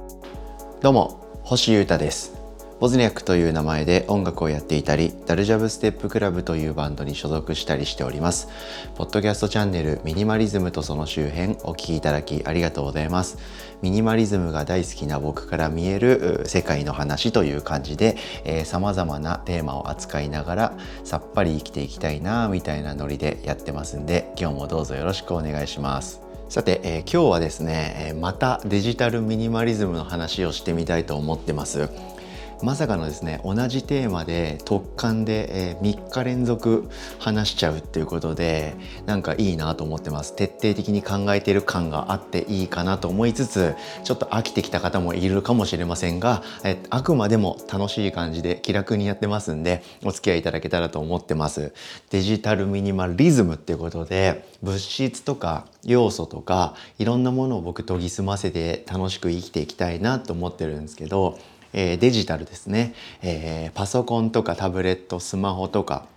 どうも、星優太です。ボズニャックという名前で音楽をやっていたり、ダルジャブステップクラブというバンドに所属したりしております。ポッドキャストチャンネルミニマリズムとその周辺お聞きいただきありがとうございます。ミニマリズムが大好きな僕から見える世界の話という感じで、様々なテーマを扱いながらさっぱり生きていきたいなみたいなノリでやってますんで、今日もどうぞよろしくお願いします。さて、今日はですね、またデジタルミニマリズムの話をしてみたいと思ってます。まさかのですね、同じテーマで特貫で、3日連続話しちゃうっていうことで、なんかいいなと思ってます。徹底的に考えている感があっていいかなと思いつつ、ちょっと飽きてきた方もいるかもしれませんが、あくまでも楽しい感じで気楽にやってますんで、お付き合いいただけたらと思ってます。デジタルミニマリズムっていうことで、物質とか要素とかいろんなものを僕研ぎ澄ませて楽しく生きていきたいなと思ってるんですけど、デジタルですね、パソコンとかタブレット、スマホとか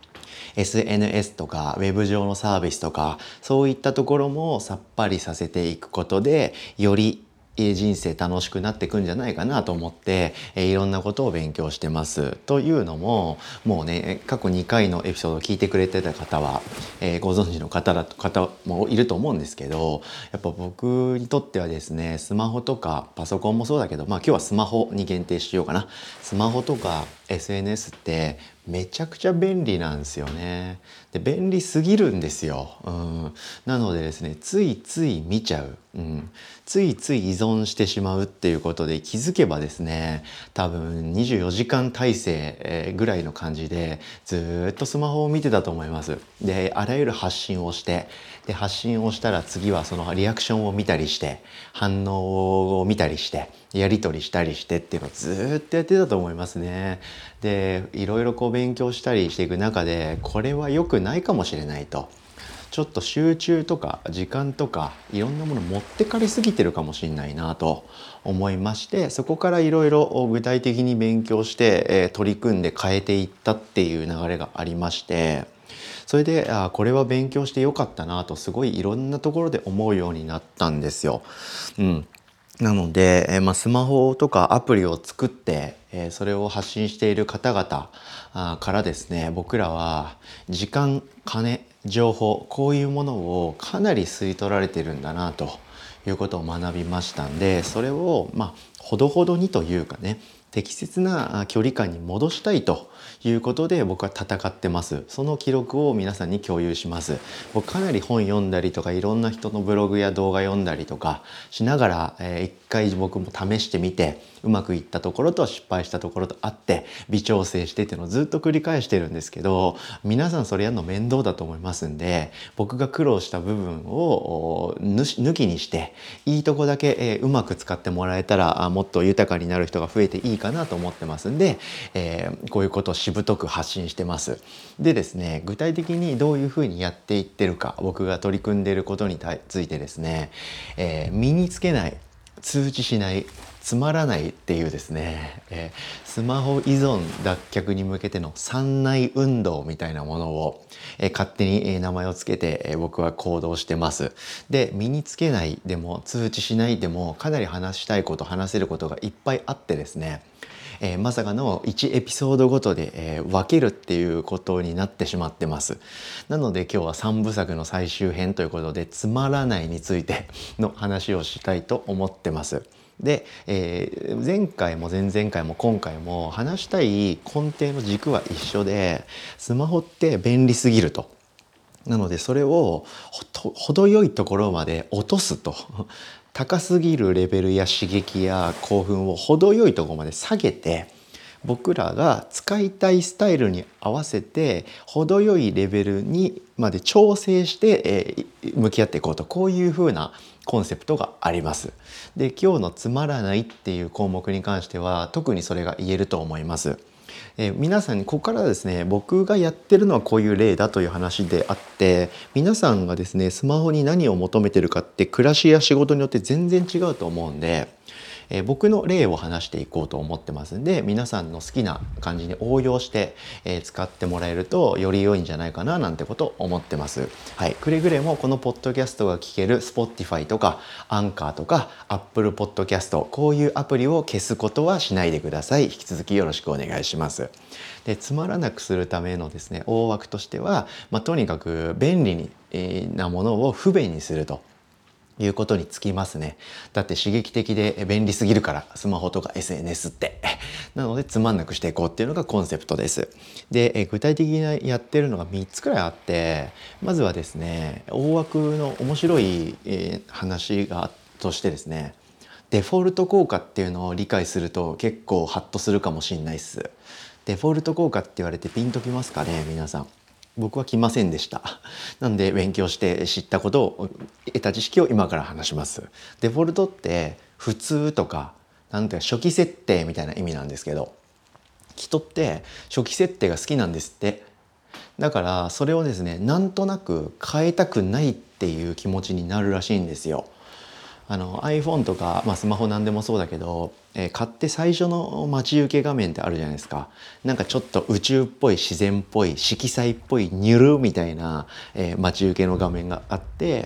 SNS とかウェブ上のサービスとか、そういったところもさっぱりさせていくことで、より人生楽しくなっていくんじゃないかなと思って、いろんなことを勉強してます。というのも、もうね、過去2回のエピソードを聞いてくれてた方は、ご存知の方もいると思うんですけど、やっぱ僕にとってはですね、スマホとかパソコンもそうだけど、今日はスマホに限定しようかな。スマホとか SNS ってめちゃくちゃ便利なんですよね。で、便利すぎるんですよ。なのでですね、ついつい見ちゃう。ついつい依存してしまうっていうことで、気づけばですね、多分24時間体制ぐらいの感じでずっとスマホを見てたと思います。で、あらゆる発信をして、で、発信をしたら次はそのリアクションを見たりして、反応を見たりして、やり取りしたりしてっていうのをずっとやってたと思いますね。で、いろいろ勉強したりしていく中で、これは良くないかもしれないと。ちょっと集中とか時間とかいろんなもの持ってかれすぎてるかもしれないなと思いまして、そこからいろいろ具体的に勉強して、取り組んで変えていったっていう流れがありまして、それでこれは勉強してよかったなとすごいいろんなところで思うようになったんですよ。なので、スマホとかアプリを作って、それを発信している方々からですね、僕らは時間、金、情報、こういうものをかなり吸い取られてるんだなということを学びましたんで、それをほどほどにというかね、適切な距離感に戻したいということで僕は戦ってます。その記録を皆さんに共有します。僕かなり本読んだりとか、いろんな人のブログや動画読んだりとかしながら、一回僕も試してみて、うまくいったところと失敗したところとあって微調整してっていうのをずっと繰り返してるんですけど、皆さんそれやるの面倒だと思いますんで、僕が苦労した部分を抜きにしていいとこだけ、うまく使ってもらえたらもっと豊かになる人が増えていいかなと思ってますんで、こういうことをしぶとく発信してます。でですね、具体的にどういうふうにやっていってるか、僕が取り組んでいることについてですね、身につけない、通知しない、つまらないっていうですね、スマホ依存脱却に向けての三内運動みたいなものを、勝手に、名前をつけて、僕は行動してます。で、身につけないでも通知しないでもかなり話したいこと、話せることがいっぱいあってですね、まさかの1エピソードごとで、分けるっていうことになってしまってます。なので今日は3部作の最終編ということで、つまらないについての話をしたいと思ってます。で、前回も前々回も今回も話したい根底の軸は一緒で、スマホって便利すぎると。なのでそれを程よいところまで落とすと。高すぎるレベルや刺激や興奮を程よいところまで下げて、僕らが使いたいスタイルに合わせて程よいレベルにまで調整して、向き合っていこうと、こういう風なコンセプトがあります。で、今日のつまらないっていう項目に関しては特にそれが言えると思います。皆さんにここからですね、僕がやってるのはこういう例だという話であって、皆さんがですねスマホに何を求めてるかって暮らしや仕事によって全然違うと思うんで、 僕の例を話していこうと思ってますんで、皆さんの好きな感じに応用して、使ってもらえるとより良いんじゃないかななんてことを思ってます。はい、くれぐれもこのポッドキャストが聞ける Spotify とかアンカーとか Apple Podcast、 こういうアプリを消すことはしないでください。引き続きよろしくお願いします。で、つまらなくするためのですね、大枠としては、とにかく便利なものを不便にするということにつきますね。だって刺激的で便利すぎるから、スマホとか SNS ってなのでつまんなくしていこうっていうのがコンセプトです。で、具体的にやってるのが3つくらいあって、まずはですね、大枠の面白い話がとしてですね、デフォルト効果っていうのを理解すると結構ハッとするかもしれないです。デフォルト効果って言われてピンときますかね、皆さん。僕は来ませんでした。なんで勉強して知ったことを、得た知識を今から話します。デフォルトって普通とか、なんていうか初期設定みたいな意味なんですけど、人って初期設定が好きなんですって。だからそれをですね、なんとなく変えたくないっていう気持ちになるらしいんですよ。iPhone とか、スマホなんでもそうだけど、買って最初の待ち受け画面ってあるじゃないですか。なんかちょっと宇宙っぽい、自然っぽい、色彩っぽい、ニュルみたいな、待ち受けの画面があって、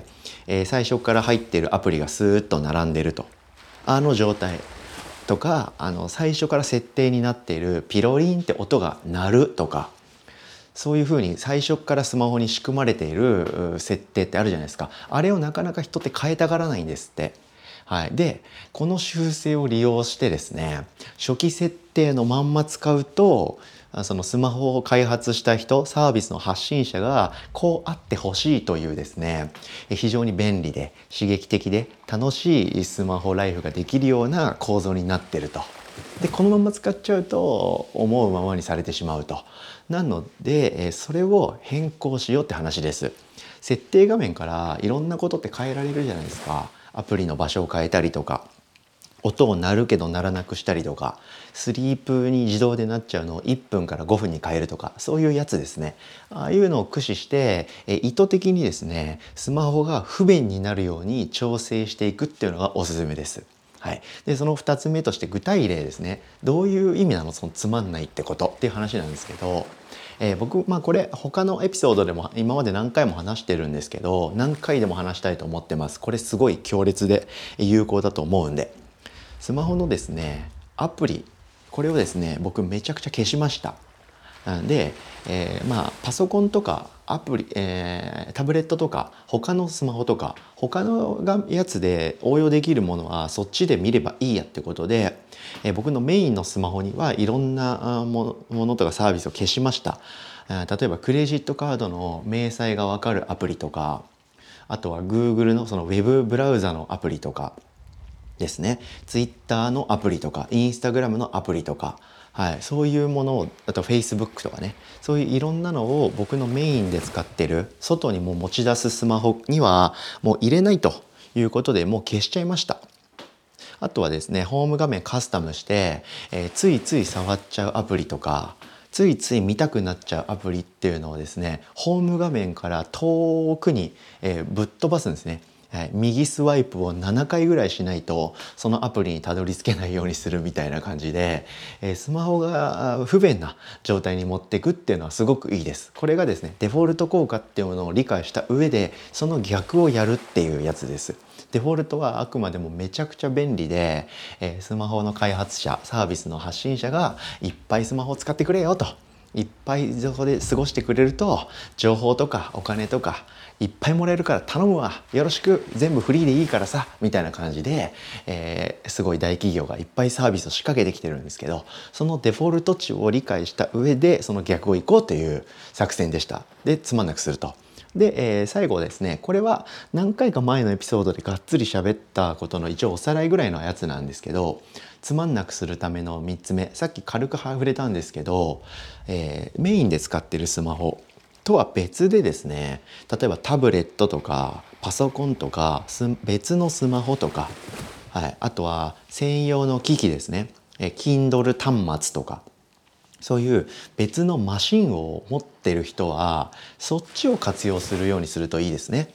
最初から入っているアプリがスーッと並んでると。あの状態とか、最初から設定になっているピロリンって音が鳴るとか、そういうふうに最初からスマホに仕組まれている設定ってあるじゃないですか。あれをなかなか人って変えたがらないんですって。はい、でこの習性を利用してですね、初期設定のまんま使うと、そのスマホを開発した人、サービスの発信者がこうあってほしいというですね、非常に便利で刺激的で楽しいスマホライフができるような構造になってると。でこのまま使っちゃうと思うままにされてしまうと。なのでそれを変更しようって話です。設定画面からいろんなことって変えられるじゃないですか。アプリの場所を変えたりとか、音を鳴るけど鳴らなくしたりとか、スリープに自動でなっちゃうのを1分から5分に変えるとか、そういうやつですね。ああいうのを駆使して意図的にですね、スマホが不便になるように調整していくっていうのがおすすめです。はい、でその2つ目として具体例ですね。どういう意味なのそのつまんないってことっていう話なんですけど、僕、これ他のエピソードでも今まで何回も話してるんですけど、何回でも話したいと思ってます。これすごい強烈で有効だと思うんで。スマホのですねアプリ、これをですね僕めちゃくちゃ消しました。で、パソコンとかアプリ、タブレットとか他のスマホとか他のやつで応用できるものはそっちで見ればいいやってことで、僕のメインのスマホにはいろんなものとかサービスを消しました。例えばクレジットカードの明細が分かるアプリとか、あとは Google のそのウェブブラウザのアプリとかですね、Twitter のアプリとか Instagram のアプリとか、はい、そういうものを、あと Facebook とかね、そういういろんなのを僕のメインで使ってる外にも持ち出すスマホにはもう入れないということで、もう消しちゃいました。あとはですね、ホーム画面カスタムして、ついつい触っちゃうアプリとか、ついつい見たくなっちゃうアプリっていうのをですね、ホーム画面から遠くに、ぶっ飛ばすんですね。はい、右スワイプを7回ぐらいしないとそのアプリにたどり着けないようにするみたいな感じで、スマホが不便な状態に持っていくっていうのはすごくいいです。これがですねデフォルト効果っていうものを理解した上でその逆をやるっていうやつです。デフォルトはあくまでもめちゃくちゃ便利で、スマホの開発者、サービスの発信者がいっぱいスマホを使ってくれよと、いっぱいそこで過ごしてくれると情報とかお金とかいっぱいもらえるから頼むわ、よろしく、全部フリーでいいからさみたいな感じで、すごい大企業がいっぱいサービスを仕掛けてきてるんですけど、そのデフォルト値を理解した上でその逆をいこうという作戦でした。でつまんなくすると。で、最後ですね、これは何回か前のエピソードでがっつり喋ったことの一応おさらいぐらいのやつなんですけど、つまんなくするための3つ目、さっき軽く触れたんですけど、メインで使ってるスマホとは別でですね、例えばタブレットとかパソコンとか別のスマホとか、はい、あとは専用の機器ですね、Kindle 端末とか、そういう別のマシンを持ってる人はそっちを活用するようにするといいですね。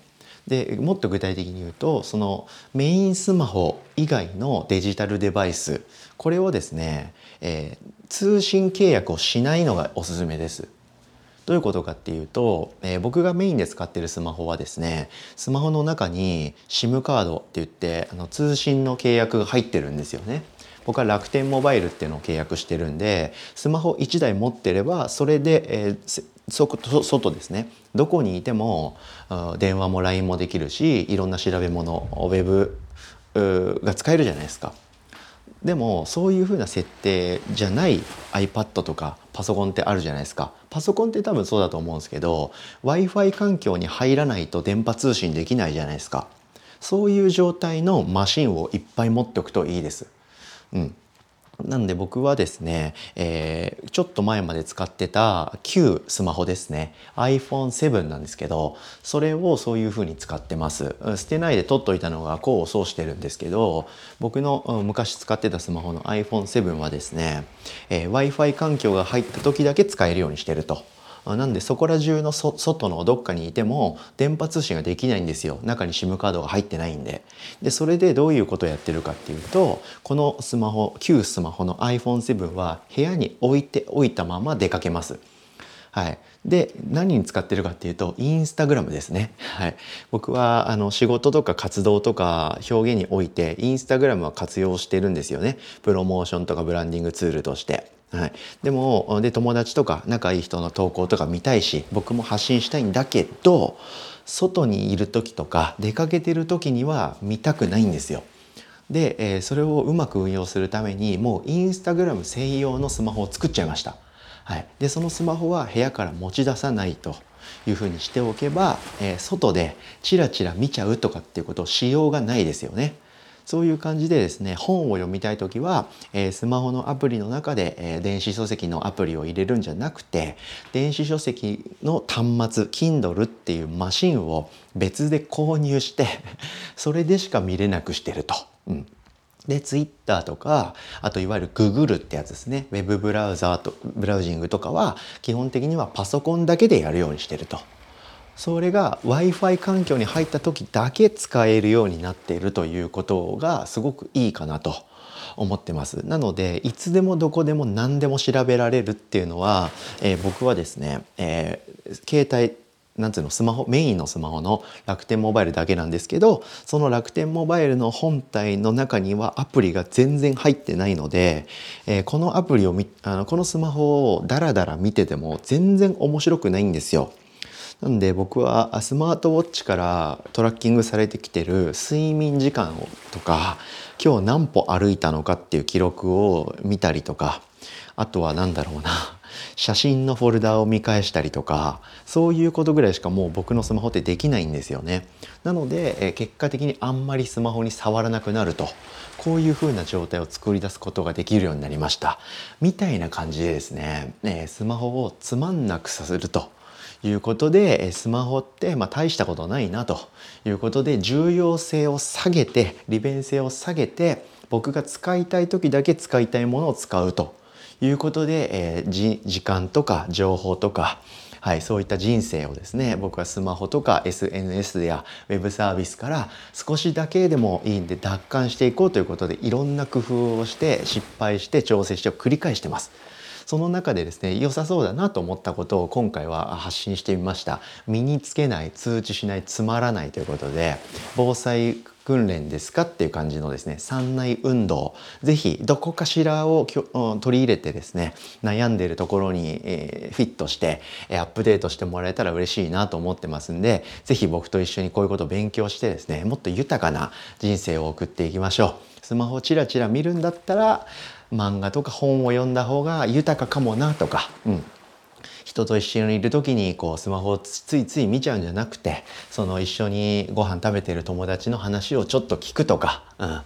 でもっと具体的に言うと、そのメインスマホ以外のデジタルデバイス、これをですね、通信契約をしないのがおすすめです。どういうことかっていうと、僕がメインで使っているスマホはですね、スマホの中に SIM カードって言って通信の契約が入ってるんですよね。僕は楽天モバイルっていうのを契約してるんで、スマホ1台持ってればそれで、外ですね、どこにいても電話も LINE もできるし、いろんな調べ物ウェブが使えるじゃないですか。でもそういう風な設定じゃない iPad とかパソコンってあるじゃないですか。パソコンって多分そうだと思うんですけど、 Wi-Fi 環境に入らないと電波通信できないじゃないですか。そういう状態のマシンをいっぱい持っておくといいです。なんで僕はですね、ちょっと前まで使ってた旧スマホですね、 iPhone7 なんですけど、それをそういう風に使ってます。捨てないで取っといたのが功を奏してるんですけど、僕の昔使ってたスマホの iPhone7 はですね、Wi-Fi 環境が入った時だけ使えるようにしてると。なんでそこら中の外のどっかにいても電波通信ができないんですよ。中に SIM カードが入ってないんで。それでどういうことをやってるかっていうと、このスマホ、旧スマホの iPhone7 は部屋に置いておいたまま出かけます。はい、で何に使ってるかっていうとインスタグラムですね。はい、僕は仕事とか活動とか表現においてインスタグラムは活用してるんですよね。プロモーションとかブランディングツールとして。はい、で友達とか仲いい人の投稿とか見たいし、僕も発信したいんだけど、外にいる時とか出かけてる時には見たくないんですよ。で、それをうまく運用するためにもうインスタグラム専用のスマホを作っちゃいました。はい、でそのスマホは部屋から持ち出さないというふうにしておけば、外でチラチラ見ちゃうとかっていうことをしようがないですよね。そういう感じでですね、本を読みたいときは、スマホのアプリの中で、電子書籍のアプリを入れるんじゃなくて、電子書籍の端末 Kindle っていうマシンを別で購入してそれでしか見れなくしてると。で、Twitter とか、あといわゆる Google ってやつですね。ウェブブラウジングとかは基本的にはパソコンだけでやるようにしてると。それが Wi-Fi 環境に入った時だけ使えるようになっているということがすごくいいかなと思ってます。なのでいつでもどこでも何でも調べられるっていうのは、僕はですね、携帯なんていうの、スマホ、メインのスマホの楽天モバイルだけなんですけど、その楽天モバイルの本体の中にはアプリが全然入ってないので、このアプリをこのスマホをダラダラ見てても全然面白くないんですよ。なんで僕はスマートウォッチからトラッキングされてきてる睡眠時間とか、今日何歩歩いたのかっていう記録を見たりとか、あとは写真のフォルダを見返したりとか、そういうことぐらいしかもう僕のスマホってできないんですよね。なので、結果的にあんまりスマホに触らなくなると、こういう風な状態を作り出すことができるようになりましたみたいな感じでですね、スマホをつまんなくさせるということで、スマホって大したことないなということで、重要性を下げて、利便性を下げて、僕が使いたい時だけ使いたいものを使うということで、時間とか情報とか、そういった人生をですね、僕はスマホとか SNS やウェブサービスから少しだけでもいいんで奪還していこうということで、いろんな工夫をして失敗して調整してを繰り返してます。その中でですね、良さそうだなと思ったことを今回は発信してみました。身につけない、通知しない、つまらないということで、防災訓練ですかっていう感じのですね、3内運動、ぜひどこかしらを取り入れてですね、悩んでいるところに、フィットしてアップデートしてもらえたら嬉しいなと思ってますんで、ぜひ僕と一緒にこういうことを勉強してですね、もっと豊かな人生を送っていきましょう。スマホチラチラ見るんだったら漫画とか本を読んだ方が豊かかもなとか、人と一緒にいる時にスマホをついつい見ちゃうんじゃなくて、その一緒にご飯食べてる友達の話をちょっと聞くとか、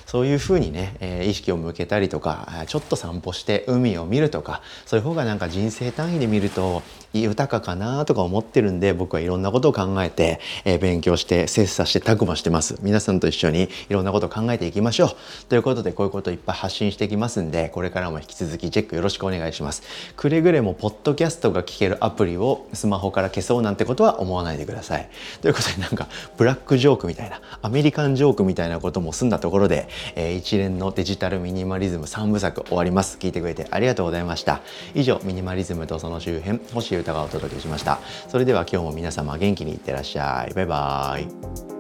そういう風にね、意識を向けたりとか、ちょっと散歩して海を見るとか、そういう方がなんか人生単位で見ると豊かかなとか思ってるんで、僕はいろんなことを考えて、勉強して切磋して琢磨してます。皆さんと一緒にいろんなことを考えていきましょうということで、こういうことをいっぱい発信していきますんで、これからも引き続きチェックよろしくお願いします。くれぐれもポッドキャストが聞けるアプリをスマホから消そうなんてことは思わないでください。ということで、なんかブラックジョークみたいな、アメリカンジョークみたいなことも済んだところで、一連のデジタルミニマリズム3部作終わります。聞いてくれてありがとうございました。以上、ミニマリズムとその周辺、星優太がお届けしました。それでは今日も皆様元気にいってらっしゃい。バイバーイ。